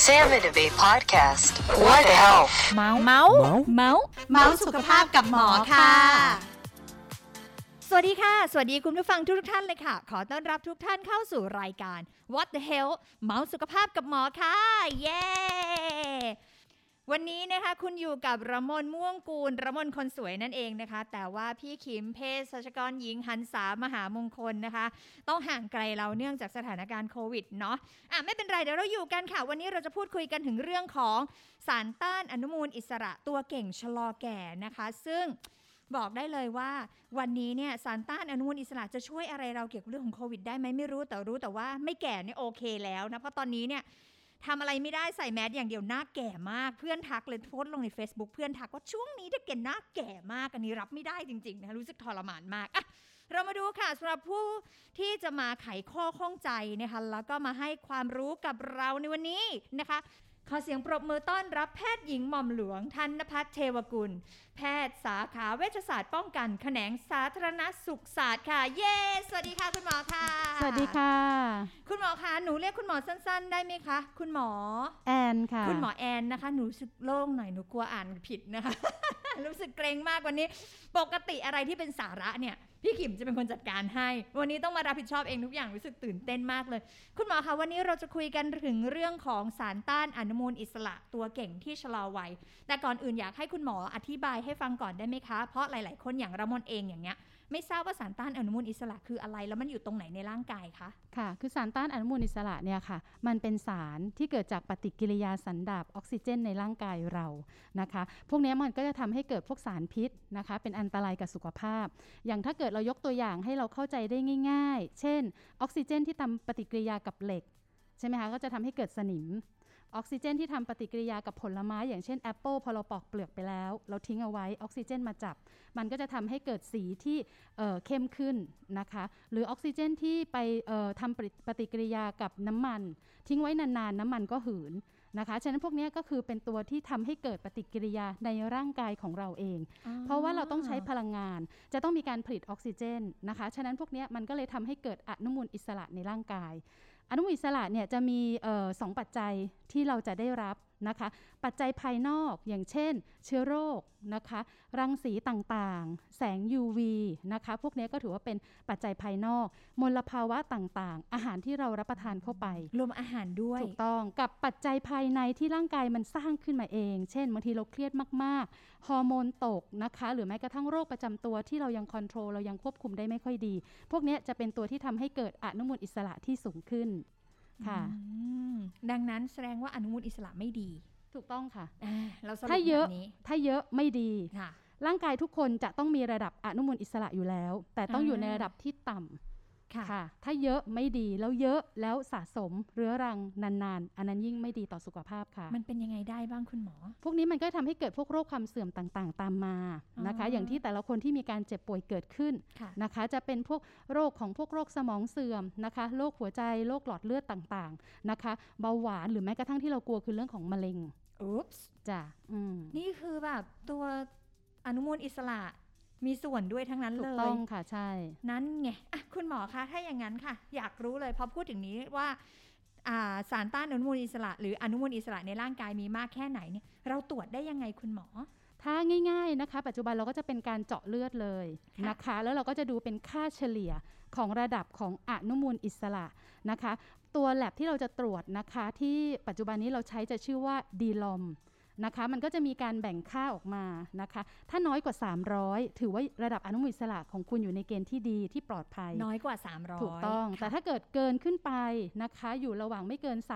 Sam and Abe podcast. What the hell? เมาส์สุขภาพกับหมอค่ะสวัสดีค่ะสวัสดีคุณผู้ฟังทุกท่านเลยค่ะขอต้อนรับทุกท่านเข้าสู่รายการ What the hell เมาส์สุขภาพกับหมอค่ะเย้วันนี้นะคะคุณอยู่กับระมนม่วงกูลระมนคนสวยนั่นเองนะคะแต่ว่าพี่ขิมเภสัชกรหญิงหันษามหามงคลนะคะต้องห่างไกลเราเนื่องจากสถานการณ์โควิดเนาะไม่เป็นไรเดี๋ยวเราอยู่กันค่ะวันนี้เราจะพูดคุยกันถึงเรื่องของสารต้านอนุมูลอิสระตัวเก่งชะลอแก่นะคะซึ่งบอกได้เลยว่าวันนี้เนี่ยสารต้านอนุมูลอิสระจะช่วยอะไรเราเกี่ยวกับเรื่องของโควิดได้ไหมไม่รู้แต่ว่าไม่แก่เนี่ยโอเคแล้วนะเพราะตอนนี้เนี่ยทำอะไรไม่ได้ใส่แมสอย่างเดียวหน้าแก่มากเพื่อนทักเลยโพสต์ลงใน Facebook เพื่อนทักว่าช่วงนี้เด็กหน้าแก่มากอันนี้รับไม่ได้จริงๆนะรู้สึกทรมานมากเรามาดูค่ะสำหรับผู้ที่จะมาไขข้อข้องใจนะคะแล้วก็มาให้ความรู้กับเราในวันนี้นะคะขอเสียงปรบมือต้อนรับแพทย์หญิงหม่อมหลวงธนภัทรเทวกุลแพทย์สาขาเวชศาสตร์ป้องกันแขนงสาธารณสุขศาสตร์ค่ะเย้สวัสดีค่ะคุณหมอค่ะสวัสดีค่ะคุณหมอคะหนูเรียกคุณหมอสั้นๆได้ไหมคะคุณหมอแอนค่ะคุณหมอแอนนะคะหนูรู้สึกโล่งหน่อยหนูกลัวอ่านผิดนะคะ รู้สึกเกรงมากวันนี้ปกติอะไรที่เป็นสาระเนี่ยพี่ขิมจะเป็นคนจัดการให้วันนี้ต้องมารับผิดชอบเองทุกอย่างรู้สึกตื่นเต้นมากเลยคุณหมอคะวันนี้เราจะคุยกันถึงเรื่องของสารต้านอนุมูลอิสระตัวเก่งที่ชะลอวัยแต่ก่อนอื่นอยากให้คุณหมออธิบายให้ฟังก่อนได้ไหมคะเพราะหลายๆคนอย่างระมนเองอย่างเงี้ยไม่ทราบว่าสารต้านอนุมูลอิสระคืออะไรแล้วมันอยู่ตรงไหนในร่างกายคะค่ะคือสารต้านอนุมูลอิสระเนี่ยค่ะมันเป็นสารที่เกิดจากปฏิกิริยาสันดาปออกซิเจนในร่างกายเรานะคะพวกนี้มันก็จะทำให้เกิดพวกสารพิษนะคะเป็นอันตรายกับสุขภาพอย่างถ้าเกิดเรายกตัวอย่างให้เราเข้าใจได้ง่ายๆเช่นออกซิเจนที่ทำปฏิกิริยากับเหล็กใช่ไหมคะก็จะทำให้เกิดสนิมออกซิเจนที่ทำปฏิกิริยากับผลไม้อย่างเช่นแอปเปิลพอเราปอกเปลือกไปแล้วเราทิ้งเอาไว้ออกซิเจนมาจับมันก็จะทำให้เกิดสีที่เข้มขึ้นนะคะหรือออกซิเจนที่ไปทำปฏิกิริยากับน้ำมันทิ้งไว้นานๆน้ำมันก็หืนนะคะฉะนั้นพวกนี้ก็คือเป็นตัวที่ทำให้เกิดปฏิกิริยาในร่างกายของเราเองเพราะว่าเราต้องใช้พลังงานจะต้องมีการผลิตออกซิเจนนะคะฉะนั้นพวกนี้มันก็เลยทำให้เกิดอนุมูลอิสระในร่างกายอนุมูลอิสระเนี่ยจะมี2ปัจจัยที่เราจะได้รับนะคะปัจจัยภายนอกอย่างเช่นเชื้อโรคนะคะรังสีต่างๆแสง UV นะคะพวกนี้ก็ถือว่าเป็นปัจจัยภายนอกมลภาวะต่างๆอาหารที่เรารับประทานเข้าไปรวมอาหารด้วยถูกต้องกับปัจจัยภายในที่ร่างกายมันสร้างขึ้นมาเองเช่นบางทีเราเครียดมากๆฮอร์โมนตกนะคะหรือแม้กระทั่งโรคประจำตัวที่เรายังคอนโทรลเรายังควบคุมได้ไม่ค่อยดีพวกนี้จะเป็นตัวที่ทำให้เกิดอนุมูลอิสระที่สูงขึ้นค่ะดังนั้นแสดงว่าอนุมูลอิสระไม่ดีถูกต้องค่ะถ้าเยอะไม่ดีร่างกายทุกคนจะต้องมีระดับอนุมูลอิสระอยู่แล้วแต่ต้องอยู่ในระดับที่ต่ำค่ะถ้าเยอะไม่ดีแล้วเยอะแล้วสะสมเรื้อรังนานๆอันนั้นยิ่งไม่ดีต่อสุขภาพค่ะมันเป็นยังไงได้บ้างคุณหมอพวกนี้มันก็ทำให้เกิดพวกโรคความเสื่อมต่างๆตามมานะคะอย่างที่แต่ละคนที่มีการเจ็บป่วยเกิดขึ้นนะคะจะเป็นพวกโรคของพวกโรคสมองเสื่อมนะคะโรคหัวใจโรคหลอดเลือดต่างๆนะคะเบาหวานหรือแม้กระทั่งที่เรากลัวคือเรื่องของมะเร็งอุ๊ปส์จ้ะนี่คือแบบตัวอนุมูลอิสระมีส่วนด้วยทั้งนั้นเลยถูกต้องค่ะใช่นั้นไงคุณหมอคะถ้าอย่างนั้นค่ะอยากรู้เลยพอพูดถึงนี้ว่าสารต้านอนุมูลอิสระหรืออนุมูลอิสระในร่างกายมีมากแค่ไหนเนี่ยเราตรวจได้ยังไงคุณหมอถ้าง่ายๆนะคะปัจจุบันเราก็จะเป็นการเจาะเลือดเลยนะคะแล้วเราก็จะดูเป็นค่าเฉลี่ยของระดับของอนุมูลอิสระนะคะตัวแลบที่เราจะตรวจนะคะที่ปัจจุบันนี้เราใช้จะชื่อว่าดีลอมนะคะมันก็จะมีการแบ่งค่าออกมานะคะถ้าน้อยกว่า300ถือว่าระดับอนุมูลอิสระของคุณอยู่ในเกณฑ์ที่ดีที่ปลอดภัยน้อยกว่า300 ถูกต้องแต่ถ้าเกิดเกินขึ้นไปนะคะอยู่ระหว่างไม่เกิน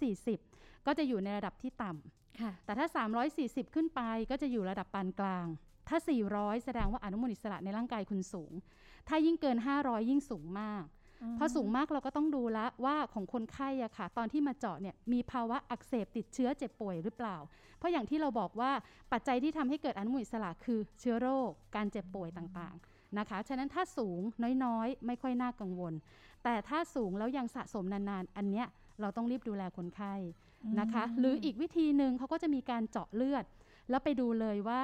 340ก็จะอยู่ในระดับที่ต่ำแต่ถ้า340ขึ้นไปก็จะอยู่ระดับปานกลางถ้า400แสดงว่าอนุมูลอิสระในร่างกายคุณสูงถ้ายิ่งเกิน500ยิ่งสูงมากพอสูงมากเราก็ต้องดูละว่าของคนไข้อะค่ะตอนที่มาเจาะเนี่ยมีภาวะอักเสบติดเชื้อเจ็บป่วยหรือเปล่าเพราะอย่างที่เราบอกว่าปัจจัยที่ทำให้เกิดอนุมูลอิสระคือเชื้อโรคการเจ็บป่วยต่างๆนะคะฉะนั้นถ้าสูงน้อยๆไม่ค่อยน่ากังวลแต่ถ้าสูงแล้วยังสะสมนานๆอันเนี้ยเราต้องรีบดูแลคนไข้นะคะหรืออีกวิธีนึงเขาก็จะมีการเจาะเลือดแล้วไปดูเลยว่า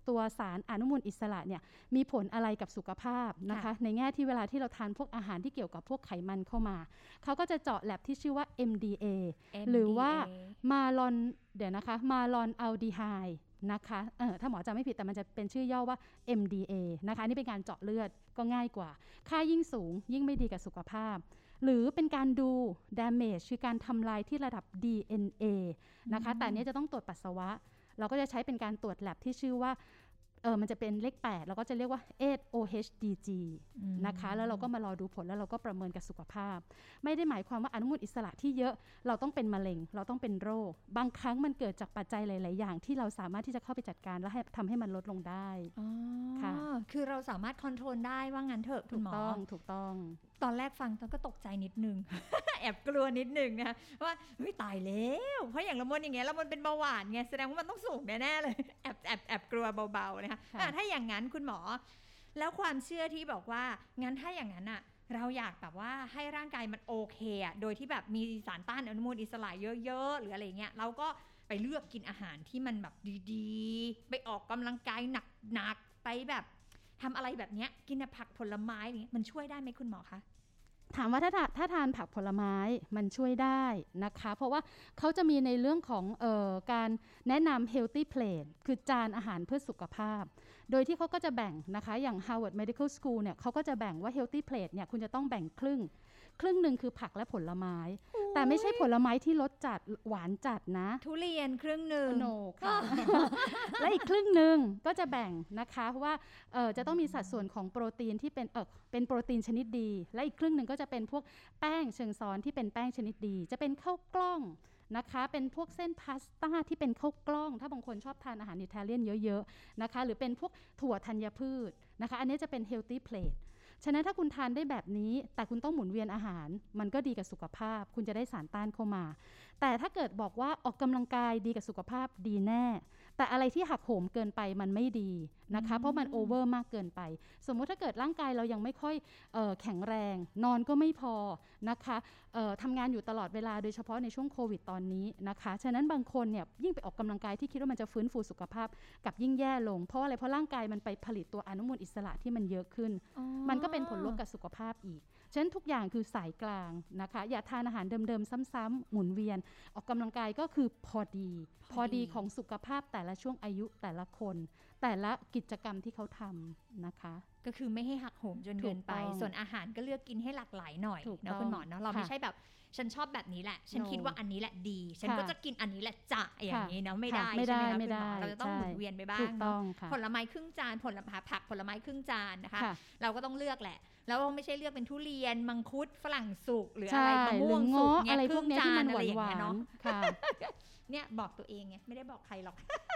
ตัวสารอนุมูลอิสระเนี่ยมีผลอะไรกับสุขภาพนะคะในแง่ที่เวลาที่เราทานพวกอาหารที่เกี่ยวกับพวกไขมันเข้ามาเขาก็จะเจาะแลบที่ชื่อว่า MDA หรือว่ามาลอนอัลดีไฮด์นะคะถ้าหมอจำไม่ผิดแต่มันจะเป็นชื่อย่อว่า MDA นะคะนี่เป็นการเจาะเลือดก็ง่ายกว่าค่ายิ่งสูงยิ่งไม่ดีกับสุขภาพหรือเป็นการดู damage คือการทำลายที่ระดับ DNA นะคะแต่อันนี้จะต้องตรวจปัสสาวะเราก็จะใช้เป็นการตรวจ lab ที่ชื่อว่ามันจะเป็นเลข8เราก็จะเรียกว่า 8OHDG นะคะแล้วเราก็มารอดูผลแล้วเราก็ประเมินกับสุขภาพไม่ได้หมายความว่าอนุมูลอิสระที่เยอะเราต้องเป็นมะเร็งเราต้องเป็นโรคบางครั้งมันเกิดจากปัจจัยหลายๆอย่างที่เราสามารถที่จะเข้าไปจัดการและทำให้มันลดลงได้ค่ะคือเราสามารถคอนโทรลได้ว่างั้นเถอะคุณหมอถูกต้องตอนแรกฟังก็ตกใจนิดนึง แอบกลัวนิดนึงนะว่าเฮ้ยตายแล้วเพราะอย่างละมนอย่างเงี้ยละมนเป็นเบาหวานไงแสดงว่ามันต้องสูงแน่ๆเลยแอบกลัวเบาๆนะคะถ้าอย่างนั้นคุณหมอแล้วความเชื่อที่บอกว่างั้นถ้าอย่างนั้นอะเราอยากแบบว่าให้ร่างกายมันโอเคอะโดยที่แบบมีสารต้านอนุมูลอิสระเยอะๆหรืออะไรเงี้ยเราก็ไปเลือกกินอาหารที่มันแบบดีๆไปออกกำลังกายหนักๆไปแบบทำอะไรแบบนี้กินผักผลไม้นี่มันช่วยได้ไหมคุณหมอคะถามว่าถ้าทานผักผลไม้มันช่วยได้นะคะเพราะว่าเขาจะมีในเรื่องของการแนะนำ healthy plate คือจานอาหารเพื่อสุขภาพโดยที่เขาก็จะแบ่งนะคะอย่าง Harvard Medical School เนี่ยเขาก็จะแบ่งว่า healthy plate เนี่ยคุณจะต้องแบ่งครึ่งนึงคือผักและผลไม้แต่ไม่ใช่ผลไม้ที่รสจัดหวานจัดนะทุเรียนครึ่งนึงโนค่ะ และอีกครึ่งนึงก็จะแบ่งนะคะว่าจะต้องมีสัดส่วนของโปรตีนที่เป็นโปรตีนชนิดดีและอีกครึ่งนึงก็จะเป็นพวกแป้งเชิงซ้อนที่เป็นแป้งชนิดดีจะเป็นข้าวกล้องนะคะเป็นพวกเส้นพาสต้าที่เป็นข้าวกล้องถ้าบางคนชอบทานอาหารอิตาเลียนเยอะๆนะคะหรือเป็นพวกถั่วธัญพืชนะคะอันนี้จะเป็น healthy plateฉะนั้นถ้าคุณทานได้แบบนี้แต่คุณต้องหมุนเวียนอาหารมันก็ดีกับสุขภาพคุณจะได้สารต้านเข้ามาแต่ถ้าเกิดบอกว่าออกกำลังกายดีกับสุขภาพดีแน่แต่อะไรที่หักโหมเกินไปมันไม่ดีนะคะเพราะมันโอเวอร์มากเกินไปสมมุติถ้าเกิดร่างกายเรายังไม่ค่อยแข็งแรงนอนก็ไม่พอนะคะทำงานอยู่ตลอดเวลาโดยเฉพาะในช่วงโควิดตอนนี้นะคะฉะนั้นบางคนเนี่ยยิ่งไปออกกำลังกายที่คิดว่ามันจะฟื้นฟูสุขภาพกับยิ่งแย่ลงเพราะอะไรเพราะร่างกายมันไปผลิตตัวอนุมูลอิสระที่มันเยอะขึ้นมันก็เป็นผลลบกับสุขภาพอีกฉะนั้นทุกอย่างคือสายกลางนะคะอย่าทานอาหารเดิมๆซ้ำๆหมุนเวียนออกกำลังกายก็คือพอดีของสุขภาพแต่ละช่วงอายุแต่ละคนแต่ละกิจกรรมที่เขาทำนะคะก็คือไม่ให้หักโหมจนเกินไปส่วนอาหารก็เลือกกินให้หลากหลายหน่อยนะคุณหมอเนาะเราไม่ใช่แบบฉันชอบแบบนี้แหละฉันคิดว่าอันนี้แหละดีฉันก็จะกินอันนี้แหละจะอย่างนี้เนาะไม่ได้ใช่ไหมคะคุณหมอเราจะต้องหมุนเวียนไปบ้างเนาะผลไม้ครึ่งจานผักผลไม้ครึ่งจานนะคะเราก็ต้องเลือกแหละแล้วไม่ใช่เลือกเป็นทุเรียนมังคุดฝรั่งสุกหรืออะไรมะม่วงสุกเนี่ยครึ่งจานอะไรอย่างเงี้ยเนาะเนี่ยบอกตัวเองไงไม่ได้บอกใครหรอก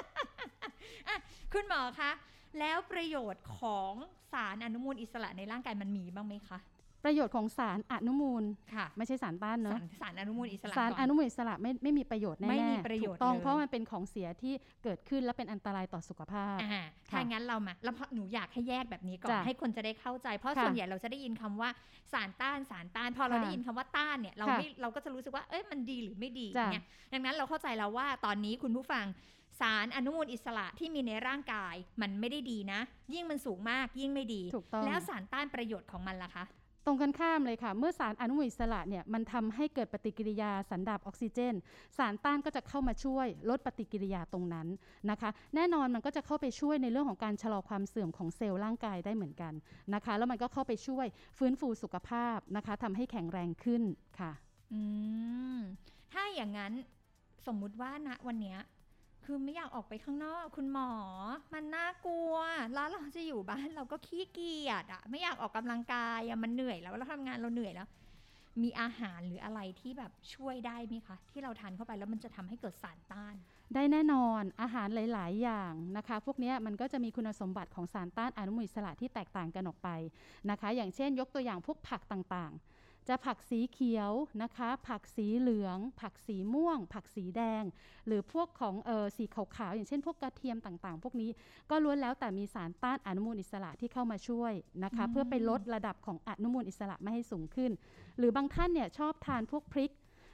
คุณหมอคะแล้วประโยชน์ของสารอนุมูลอิสระในร่างกายมันมีบ้างไหมคะประโยชน์ของสารอนุมูลค่ะไม่ใช่สารต้านเนอะสารอนุมูลอิสระสารอนุมูลอิสระไม่มีประโยชน์แน่ๆไม่มีประโยชน์ถูกต้องเพราะมันเป็นของเสียที่เกิดขึ้นและเป็นอันตรายต่อสุขภาพถ้างั้นเรามาแล้วหนูอยากให้แยกแบบนี้ก่อนให้คนจะได้เข้าใจเพราะส่วนใหญ่เราจะได้ยินคำว่าสารต้านพอเราได้ยินคำว่าต้านเนี่ยเราก็จะรู้สึกว่าเอ้ยมันดีหรือไม่ดีเนี่ยดังนั้นเราเข้าใจแล้วว่าตอนนี้คุณผู้ฟังสารอนุมูลอิสระที่มีในร่างกายมันไม่ได้ดีนะยิ่งมันสูงมากยิ่งไม่ดีแล้วสารต้านประโยชน์ของมันล่ะคะตรงกันข้ามเลยค่ะเมื่อสารอนุมูลอิสระเนี่ยมันทำให้เกิดปฏิกิริยาสันดาปออกซิเจนสารต้านก็จะเข้ามาช่วยลดปฏิกิริยาตรงนั้นนะคะแน่นอนมันก็จะเข้าไปช่วยในเรื่องของการชะลอความเสื่อมของเซลล์ร่างกายได้เหมือนกันนะคะแล้วมันก็เข้าไปช่วยฟื้นฟูสุขภาพนะคะทำให้แข็งแรงขึ้นค่ะถ้าอย่างนั้นสมมุติว่าณวันเนี้ยคือไม่อยากออกไปข้างนอกคุณหมอมันน่ากลัวแล้วเราจะอยู่บ้านเราก็ขี้เกียจอ่ะไม่อยากออกกำลังกายอ่ะมันเหนื่อยแล้วเราทำงานเราเหนื่อยแล้วมีอาหารหรืออะไรที่แบบช่วยได้ไหมคะที่เราทานเข้าไปแล้วมันจะทำให้เกิดสารต้านได้แน่นอนอาหารหลายๆอย่างนะคะพวกนี้มันก็จะมีคุณสมบัติของสารต้านอนุมูลอิสระที่แตกต่างกันออกไปนะคะอย่างเช่นยกตัวอย่างพวกผักต่างๆจะผักสีเขียวนะคะผักสีเหลืองผักสีม่วงผักสีแดงหรือพวกของสีขาวๆอย่างเช่นพวกกระเทียมต่างๆพวกนี้ก็ล้วนแล้วแต่มีสารต้านอนุมูลอิสระที่เข้ามาช่วยนะคะเพื่อไปลดระดับของอนุมูลอิสระไม่ให้สูงขึ้นหรือบางท่านเนี่ยชอบทานพวกพริก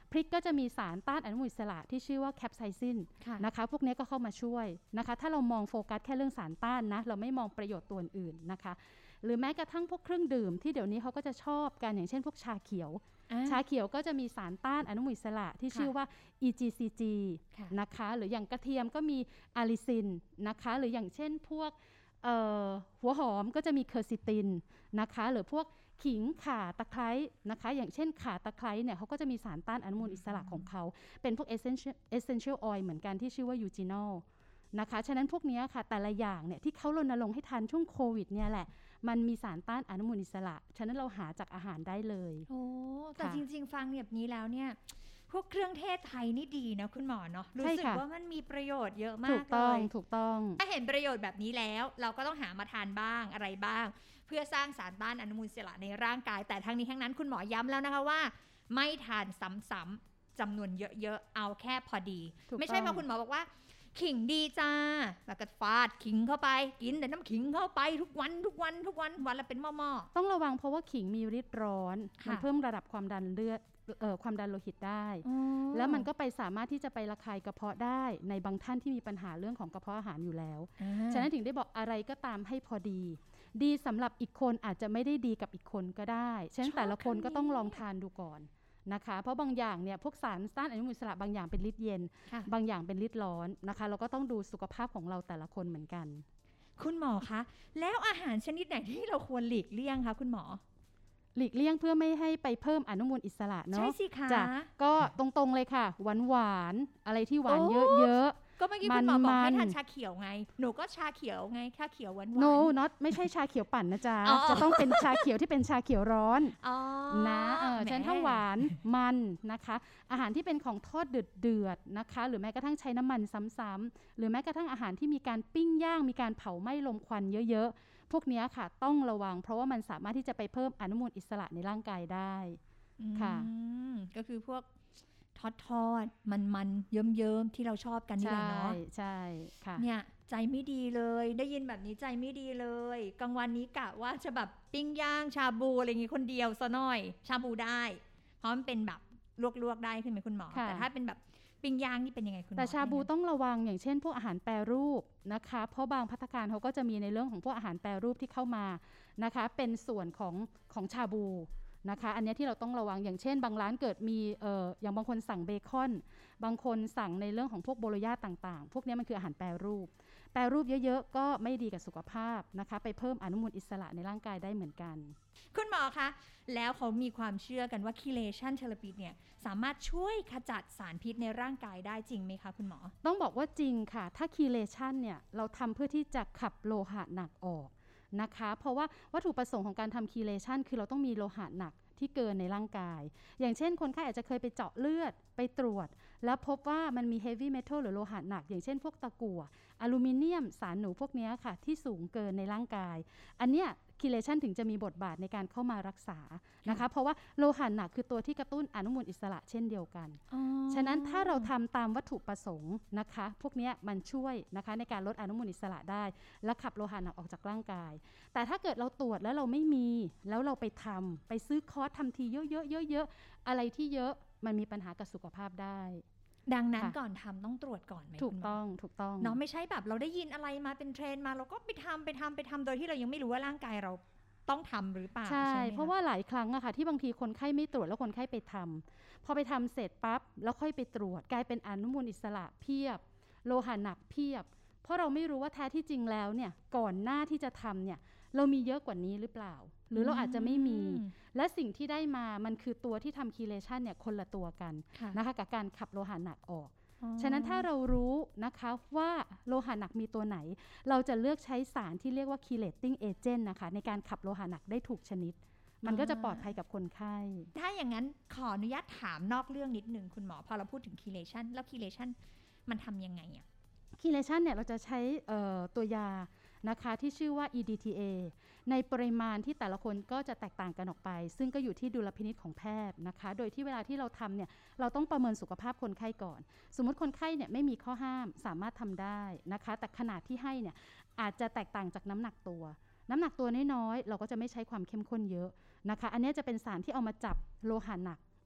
พริกก็จะมีสารต้านอนุมูลอิสระที่ชื่อว่าแคปไซซินนะคะพวกนี้ก็เข้ามาช่วยนะคะถ้าเรามองโฟกัสแค่เรื่องสารต้านนะเราไม่มองประโยชน์ตัวอื่นนะคะหรือแม้กระทั่งพวกเครื่องดื่มที่เดี๋ยวนี้เขาก็จะชอบกันอย่างเช่นพวกชาเขียวก็จะมีสารต้านอนุมูลอิสระที่ชื่อว่า EGCG นะคะหรืออย่างกระเทียมก็มีอาลิซินนะคะหรืออย่างเช่นพวกหัวหอมก็จะมีเคอร์ซิตินนะคะหรือพวกขิงข่าตะไคร้นะคะอย่างเช่นข่าตะไคร้เนี่ยเขาก็จะมีสารต้านอนุมูลอิสระของเขาเป็นพวก essential oil เหมือนกันที่ชื่อว่า eugenol นะคะฉะนั้นพวกนี้ค่ะแต่ละอย่างเนี่ยที่เขารณรงค์ให้ทานช่วงโควิดเนี่ยแหละมันมีสารต้านอนุมูลอิสระฉะนั้นเราหาจากอาหารได้เลยโอ้แต่จริงๆฟังแบบนี้แล้วเนี่ยพวกเครื่องเทศไทยนี่ดีนะคุณหมอเนาะรู้สึกว่ามันมีประโยชน์เยอะมากเลยถูกต้องถ้าเห็นประโยชน์แบบนี้แล้วเราก็ต้องหามาทานบ้างอะไรบ้างเพื่อสร้างสารต้านอนุมูลอิสระในร่างกายแต่ทั้งนี้ทั้งนั้นคุณหมอย้ำแล้วนะคะว่าไม่ทานซ้ำๆจำนวนเยอะๆเอาแค่พอดีไม่ใช่พอคุณหมอบอกว่าขิงดีจ้าแล้วก็ฟาดขิงเข้าไปกินแต่น้ำขิงเข้าไปทุกวันวันละเป็นหม้อๆต้องระวังเพราะว่าขิงมีฤทธิ์ร้อนมันเพิ่มระดับความดันเลือดความดันโลหิตได้แล้วมันก็ไปสามารถที่จะไประคายกระเพาะได้ในบางท่านที่มีปัญหาเรื่องของกระเพาะอาหารอยู่แล้วฉะนั้นถึงได้บอกอะไรก็ตามให้พอดีสำหรับอีกคนอาจจะไม่ได้ดีกับอีกคนก็ได้ฉะนั้นแต่ละคนก็ต้องลองทานดูก่อนนะคะเพราะบางอย่างเนี่ยพวกสารต้านอนุมูลอิสระบางอย่างเป็นฤทธิ์เย็นบางอย่างเป็นฤทธิ์ร้อนนะคะเราก็ต้องดูสุขภาพของเราแต่ละคนเหมือนกันคุณหมอคะแล้วอาหารชนิดไหนที่เราควรหลีกเลี่ยงคะคุณหมอหลีกเลี่ยงเพื่อไม่ให้ไปเพิ่มอนุมูลอิสระเนาะใช่สิคะก็ตรงๆเลยค่ะหวานอะไรที่หวานเยอะก็เมื่อกี้คุณหมอบอกให้ทานชาเขียวไงหนูก็ชาเขียวไงชาเขียวหวาน no not ไม่ใใช่ชาเขียวปั่นนะจ๊ะจะต้องเป็นชาเขียวที่เป็นชาเขียวร้อนนะฉะนั้นถ้าหวานมันนะคะอาหารที่เป็นของทอดเดือดนะคะหรือแม้กระทั่งใช้น้ำมันซ้ำๆหรือแม้กระทั่งอาหารที่มีการปิ้งย่างมีการเผาไหม้ลมควันเยอะๆพวกนี้ค่ะต้องระวังเพราะว่ามันสามารถที่จะไปเพิ่มอนุมูลอิสระในร่างกายได้ค่ะก็คือพวกทอดมันเยิ้มๆที่เราชอบกันนี่แหละเนาะใช่ค่ะเนี่ยใจไม่ดีเลยได้ยินแบบนี้ใจไม่ดีเลยกลางวันนี้กะว่าจะแบบปิ้งย่างชาบูอะไรอย่างงี้คนเดียวซะหน่อยชาบูได้เพราะมันเป็นแบบลวกๆได้ใช่ไหมคุณหมอแต่ถ้าเป็นแบบปิ้งย่างนี่เป็นยังไงคุณหมอแต่ชาบูต้องระวังอย่างเช่นพวกอาหารแปรรูปนะคะเพราะบางภัตตาคารเขาก็จะมีในเรื่องของพวกอาหารแปรรูปที่เข้ามานะคะเป็นส่วนของชาบูนะคะอันนี้ที่เราต้องระวังอย่างเช่นบางร้านเกิดมีอย่างบางคนสั่งเบคอนบางคนสั่งในเรื่องของพวกโบโลญาต่างๆพวกนี้มันคืออาหารแปรรูปเยอะๆก็ไม่ดีกับสุขภาพนะคะไปเพิ่มอนุมูลอิสระในร่างกายได้เหมือนกันคุณหมอคะแล้วเขามีความเชื่อกันว่าคีเลชันเทอราปีเนี่ยสามารถช่วยขจัดสารพิษในร่างกายได้จริงไหมคะคุณหมอต้องบอกว่าจริงค่ะถ้าคีเลชันเนี่ยเราทำเพื่อที่จะขับโลหะหนักออกนะคะเพราะว่าวัตถุประสงค์ของการทำคีเลชันคือเราต้องมีโลหะหนักที่เกินในร่างกายอย่างเช่นคนไข้อาจจะเคยไปเจาะเลือดไปตรวจแล้วพบว่ามันมีเฮฟวี่เมทัลหรือโลหะหนักอย่างเช่นพวกตะกั่วอลูมิเนียมสารหนูพวกนี้ค่ะที่สูงเกินในร่างกายอันเนี้ยคีเลชันถึงจะมีบทบาทในการเข้ามารักษานะคะเพราะว่าโลหะหนักคือตัวที่กระตุ้นอนุมูลอิสระเช่นเดียวกันฉะนั้นถ้าเราทำตามวัตถุประสงค์นะคะพวกนี้มันช่วยนะคะในการลดอนุมูลอิสระได้และขับโลหะหนักออกจากร่างกายแต่ถ้าเกิดเราตรวจแล้วเราไม่มีแล้วเราไปซื้อคอร์สทำทีเยอะๆอะไรที่เยอะมันมีปัญหากับสุขภาพได้ดังนั้นก่อนทำต้องตรวจก่อนไหมถูกต้องเนาะไม่ใช่แบบเราได้ยินอะไรมาเป็นเทรนด์มาเราก็ไปทำโดยที่เรายังไม่รู้ว่าร่างกายเราต้องทำหรือเปล่าใช่เพราะว่าหลายครั้งอะค่ะที่บางทีคนไข้ไม่ตรวจแล้วคนไข้ไปทำพอไปทำเสร็จปั๊บแล้วค่อยไปตรวจกลายเป็นอนุมูลอิสระเพียบโลหะหนักเพียบเพราะเราไม่รู้ว่าแท้ที่จริงแล้วเนี่ยก่อนหน้าที่จะทำเนี่ยเรามีเยอะกว่านี้หรือเปล่าหรือเราอาจจะไม่มีและสิ่งที่ได้มามันคือตัวที่ทำคีเลชันเนี่ยคนละตัวกันนะคะกับการขับโลหะหนักออกฉะนั้นถ้าเรารู้นะคะว่าโลหะหนักมีตัวไหนเราจะเลือกใช้สารที่เรียกว่า chelating agent นะคะในการขับโลหะหนักได้ถูกชนิดมันก็จะปลอดภัยกับคนไข้ถ้าอย่างนั้นขออนุญาตถามนอกเรื่องนิดนึงคุณหมอพอเราพูดถึง chelation แล้ว chelation มันทำยังไงอะ chelation เนี่ยเราจะใช้ตัวยานะคะที่ชื่อว่า EDTA ในปริมาณที่แต่ละคนก็จะแตกต่างกันออกไปซึ่งก็อยู่ที่ดุลพินิจของแพทย์นะคะโดยที่เวลาที่เราทำเนี่ยเราต้องประเมินสุขภาพคนไข้ก่อนสมมติคนไข้เนี่ยไม่มีข้อห้ามสามารถทำได้นะคะแต่ขนาดที่ให้เนี่ยอาจจะแตกต่างจากน้ำหนักตัวน้อยๆเราก็จะไม่ใช้ความเข้มข้นเยอะนะคะอันนี้จะเป็นสารที่เอามาจับโลหะหนัก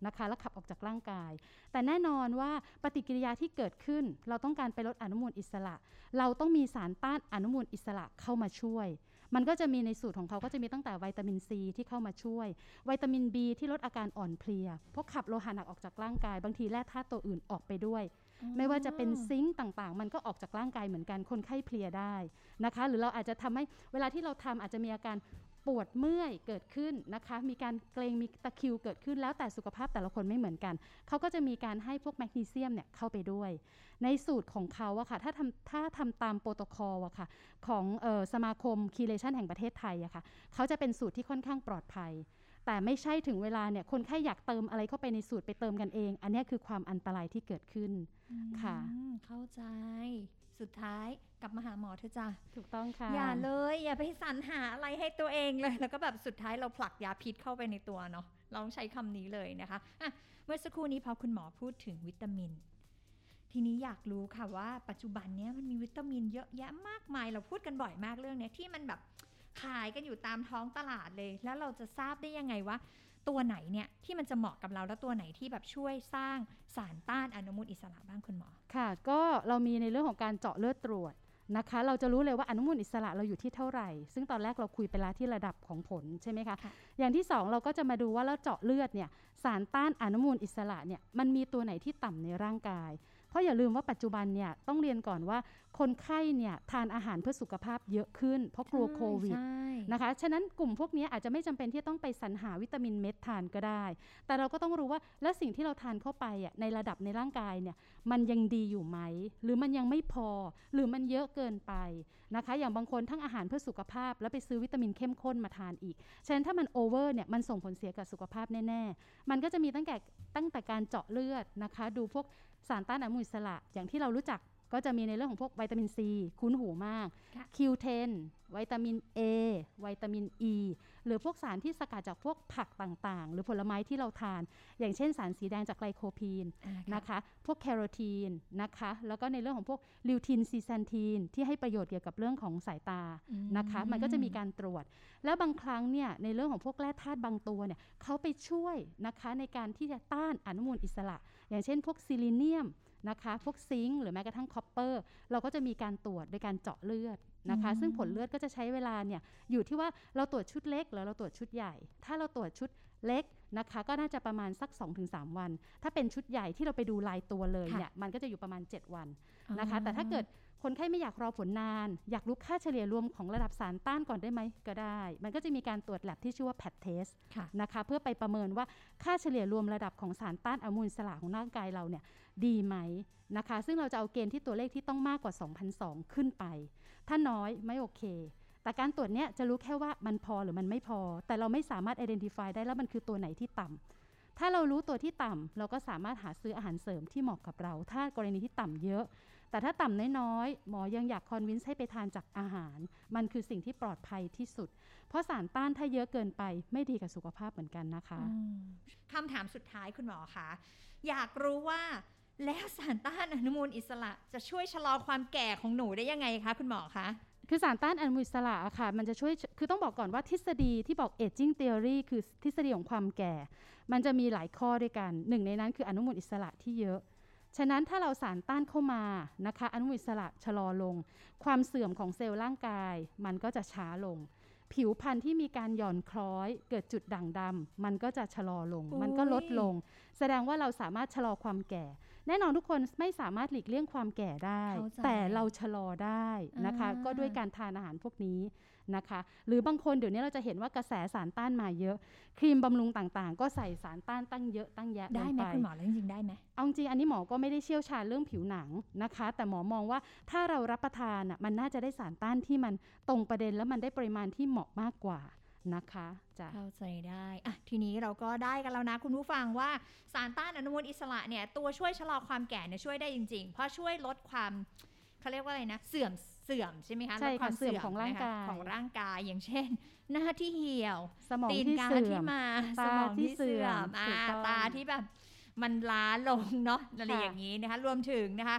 นะคะแล้วขับออกจากร่างกายแต่แน่นอนว่าปฏิกิริยาที่เกิดขึ้นเราต้องการไปลดอนุมูลอิสระเราต้องมีสารต้านอนุมูลอิสระเข้ามาช่วยมันก็จะมีในสูตรของเขาก็จะมีตั้งแต่วิตามินซีที่เข้ามาช่วยวิตามิน B ที่ลดอาการอ่อนเพลียเพราะขับโลหะหนักออกจากร่างกายบางทีแร่ธาตุตัวอื่นออกไปด้วยไม่ว่าจะเป็นซิงค์ต่างๆมันก็ออกจากร่างกายเหมือนกันคนไข้เพลียได้นะคะหรือเราอาจจะทำให้เวลาที่เราทำอาจจะมีอาการปวดเมื่อยเกิดขึ้นนะคะมีการเกร็งมีตะคริวเกิดขึ้นแล้วแต่สุขภาพแต่ละคนไม่เหมือนกันเขาก็จะมีการให้พวกแมกนีเซียมเนี่ยเข้าไปด้วยในสูตรของเขาอะค่ะถ้าทำตามโปรโตคอลอะค่ะของสมาคมคีเลชันแห่งประเทศไทยอะค่ะเขาจะเป็นสูตรที่ค่อนข้างปลอดภัยแต่ไม่ใช่ถึงเวลาเนี่ยคนไข้อยากเติมอะไรเข้าไปในสูตรไปเติมกันเองอันนี้คือความอันตรายที่เกิดขึ้นค่ะเข้าใจสุดท้ายกลับมาหาหมอเถอะจ้ะถูกต้องค่ะอย่าเลยอย่าไปสรรหาอะไรให้ตัวเองเลยแล้วก็แบบสุดท้ายเราผลักยาพิษเข้าไปในตัวเนาะเราต้องใช้คำนี้เลยนะคะอ่ะเมื่อสักครู่นี้พอคุณหมอพูดถึงวิตามินทีนี้อยากรู้ค่ะว่าปัจจุบันนี้มันมีวิตามินเยอะแยะมากมายเราพูดกันบ่อยมากเรื่องนี้ที่มันแบบขายกันอยู่ตามท้องตลาดเลยแล้วเราจะทราบได้ยังไงว่าตัวไหนเนี่ยที่มันจะเหมาะกับเราแล้วตัวไหนที่แบบช่วยสร้างสารต้านอนุมูลอิสระบ้างคุณหมอค่ะก็เรามีในเรื่องของการเจาะเลือดตรวจนะคะเราจะรู้เลยว่าอนุมูลอิสระเราอยู่ที่เท่าไหร่ซึ่งตอนแรกเราคุยไปแล้วที่ระดับของผลใช่ไหมคะอย่างที่2เราก็จะมาดูว่าเราเจาะเลือดเนี่ยสารต้านอนุมูลอิสระเนี่ยมันมีตัวไหนที่ต่ำในร่างกายเพราะอย่าลืมว่าปัจจุบันเนี่ยต้องเรียนก่อนว่าคนไข้เนี่ยทานอาหารเพื่อสุขภาพเยอะขึ้นเพราะกลัวโควิดนะคะฉะนั้นกลุ่มพวกนี้อาจจะไม่จำเป็นที่ต้องไปสรรหาวิตามินเม็ดทานก็ได้แต่เราก็ต้องรู้ว่าแล้วสิ่งที่เราทานเข้าไปในระดับในร่างกายเนี่ยมันยังดีอยู่ไหมหรือมันยังไม่พอหรือมันเยอะเกินไปนะคะอย่างบางคนทั้งอาหารเพื่อสุขภาพแล้วไปซื้อวิตามินเข้มข้นมาทานอีกฉะนั้นถ้ามันโอเวอร์เนี่ยมันส่งผลเสียกับสุขภาพแน่ๆมันก็จะมีตั้งแต่การเจาะเลือดนะคะดูพวกสารต้านอนุมูลอิสระอย่างที่เรารู้จักก็จะมีในเรื่องของพวกวิตามินซีคุ้นหูมาก Q10 วิตามิน A วิตามิน E หรือพวกสารที่สกัดจากพวกผักต่างๆหรือผลไม้ที่เราทานอย่างเช่นสารสีแดงจากไกลโคพีนนะคะพวกแคโรทีนนะคะแล้วก็ในเรื่องของพวกลิวทินซีแซนทีนที่ให้ประโยชน์เกี่ยวกับเรื่องของสายตานะคะมันก็จะมีการตรวจแล้วบางครั้งเนี่ยในเรื่องของพวกแร่ธาตุบางตัวเนี่ยเขาไปช่วยนะคะในการที่จะต้านอนุมูลอิสระอย่างเช่นพวกซิลิเนียมนะคะพวกซิงค์หรือแม้กระทั่งคอปเปอร์เราก็จะมีการตรวจโดยการเจาะเลือดนะคะซึ่งผลเลือดก็จะใช้เวลาเนี่ยอยู่ที่ว่าเราตรวจชุดเล็กหรือเราตรวจชุดใหญ่ถ้าเราตรวจชุดเล็กนะคะก็น่าจะประมาณสัก 2-3 วันถ้าเป็นชุดใหญ่ที่เราไปดูรายตัวเลยเนี่ยมันก็จะอยู่ประมาณ7วันนะคะแต่ถ้าเกิดคนไข้ไม่อยากรอผลนานอยากรู้ค่าเฉลี่ยรวมของระดับสารต้านก่อนได้ไหมก็ได้มันก็จะมีการตรวจแลบที่ชื่อว่า PET test นะคะเพื่อไปประเมินว่าค่าเฉลี่ยรวมระดับของสารต้านอนุมูลอิสระของร่างกายเราเนี่ยดีไหมนะคะซึ่งเราจะเอาเกณฑ์ที่ตัวเลขที่ต้องมากกว่า 2,200 ขึ้นไปถ้าน้อยไม่โอเคแต่การตรวจเนี้ยจะรู้แค่ว่ามันพอหรือมันไม่พอแต่เราไม่สามารถ identify ได้แล้วมันคือตัวไหนที่ต่ำถ้าเรารู้ตัวที่ต่ำเราก็สามารถหาซื้ออาหารเสริมที่เหมาะกับเราถ้ากรณีที่ต่ำเยอะแต่ถ้าต่ำน้อยๆหมอยังอยากคอนวินส์ให้ไปทานจากอาหารมันคือสิ่งที่ปลอดภัยที่สุดเพราะสารต้านถ้าเยอะเกินไปไม่ดีกับสุขภาพเหมือนกันนะคะคำถามสุดท้ายคุณหมอคะอยากรู้ว่าแล้วสารต้านอนุมูลอิสระจะช่วยชะลอความแก่ของหนูได้ยังไงคะคุณหมอคะคือสารต้านอนุมูลอิสระอะค่ะมันจะช่วยคือต้องบอกก่อนว่าทฤษฎีที่บอก aging theory คือทฤษฎีของความแก่มันจะมีหลายข้อด้วยกันหนึ่งในนั้นคืออนุมูลอิสระที่เยอะฉะนั้นถ้าเราสารต้านเข้ามานะคะอนุมูลอิสระชะลอลงความเสื่อมของเซลล์ร่างกายมันก็จะช้าลงผิวพรรณที่มีการหย่อนคล้อยเกิดจุดด่างดำมันก็จะชะลอลงมันก็ลดลงแสดงว่าเราสามารถชะลอความแก่แน่นอนทุกคนไม่สามารถหลีกเลี่ยงความแก่ได้แต่เราชะลอได้นะคะก็ด้วยการทานอาหารพวกนี้นะคะหรือบางคนเดี๋ยวนี้เราจะเห็นว่ากระแสสารต้านมาเยอะครีมบำรุงต่างๆก็ใส่สารต้านตั้งเยอะตั้งแยะได้ไหมคุณหมอแล้วจริงๆได้ไหมเอาจริงอันนี้หมอก็ไม่ได้เชี่ยวชาญเรื่องผิวหนังนะคะแต่หมอมองว่าถ้าเรารับประทานมันน่าจะได้สารต้านที่มันตรงประเด็นแล้วมันได้ปริมาณที่เหมาะมากกว่านะคะจะเข้าใจได้ทีนี้เราก็ได้กันแล้วนะคุณผู้ฟังว่าสารต้านอนุมูลอิสระเนี่ยตัวช่วยชะลอความแก่เนี่ยช่วยได้จริงๆเพราะช่วยลดความเขาเรียกว่าอะไรนะเสื่อมใช่ไหมคะใช่ความเสื่อมของร่างกายอย่างเช่นหน้าที่เหี่ยวสมองที่เสื่อมสมองที่เสื่อมตาที่แบบมันล้าลงเนาะอะไรอย่างนี้นะคะรวมถึงนะคะ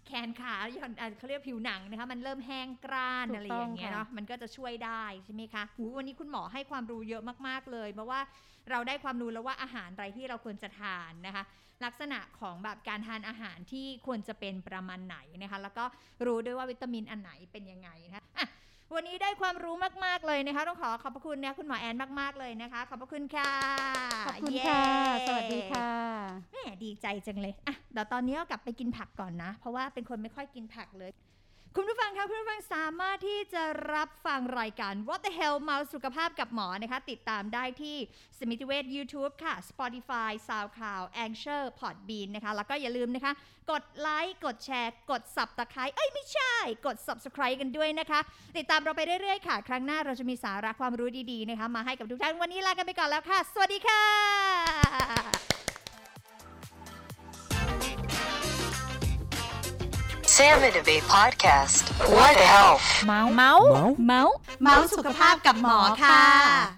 แขนขาเขาเรียกผิวหนังนะคะมันเริ่มแห้งกร้านอะไรอย่างเงี้ยเนาะมันก็จะช่วยได้ใช่ไหมคะวันนี้คุณหมอให้ความรู้เยอะมากๆเลยเพราะว่าเราได้ความรู้แล้วว่าอาหารอะไรที่เราควรจะทานนะคะลักษณะของแบบการทานอาหารที่ควรจะเป็นประมาณไหนนะคะแล้วก็รู้ด้วยว่าวิตามินอันไหนเป็นยังไงนะคะวันนี้ได้ความรู้มากๆเลยนะคะต้องขอบพระคุณนะคุณหมอแอนมากๆเลยนะคะขอบพระคุณค่ะขอบคุณค่ะสวัสดีค่ะแม่ดีใจจังเลยเดี๋ยวตอนนี้ก็กลับไปกินผักก่อนนะเพราะว่าเป็นคนไม่ค่อยกินผักเลยคุณผู้ฟังคะคุณผู้ฟังสามารถที่จะรับฟังรายการ What the Health เมาส์สุขภาพกับหมอนะคะติดตามได้ที่สมิติเวช YouTube ค่ะ Spotify SoundCloud Anchor Podbean นะคะแล้วก็อย่าลืมนะคะกดไลค์กดแชร์กด Subscribe ไม่ใช่กด Subscribe กันด้วยนะคะติดตามเราไปเรื่อยๆค่ะครั้งหน้าเราจะมีสาระความรู้ดีๆนะคะมาให้กับทุกท่านวันนี้ลากันไปก่อนแล้วค่ะสวัสดีค่ะ Saminivate Podcast What the Health เมาส์สุขภาพกับหมอค่ะ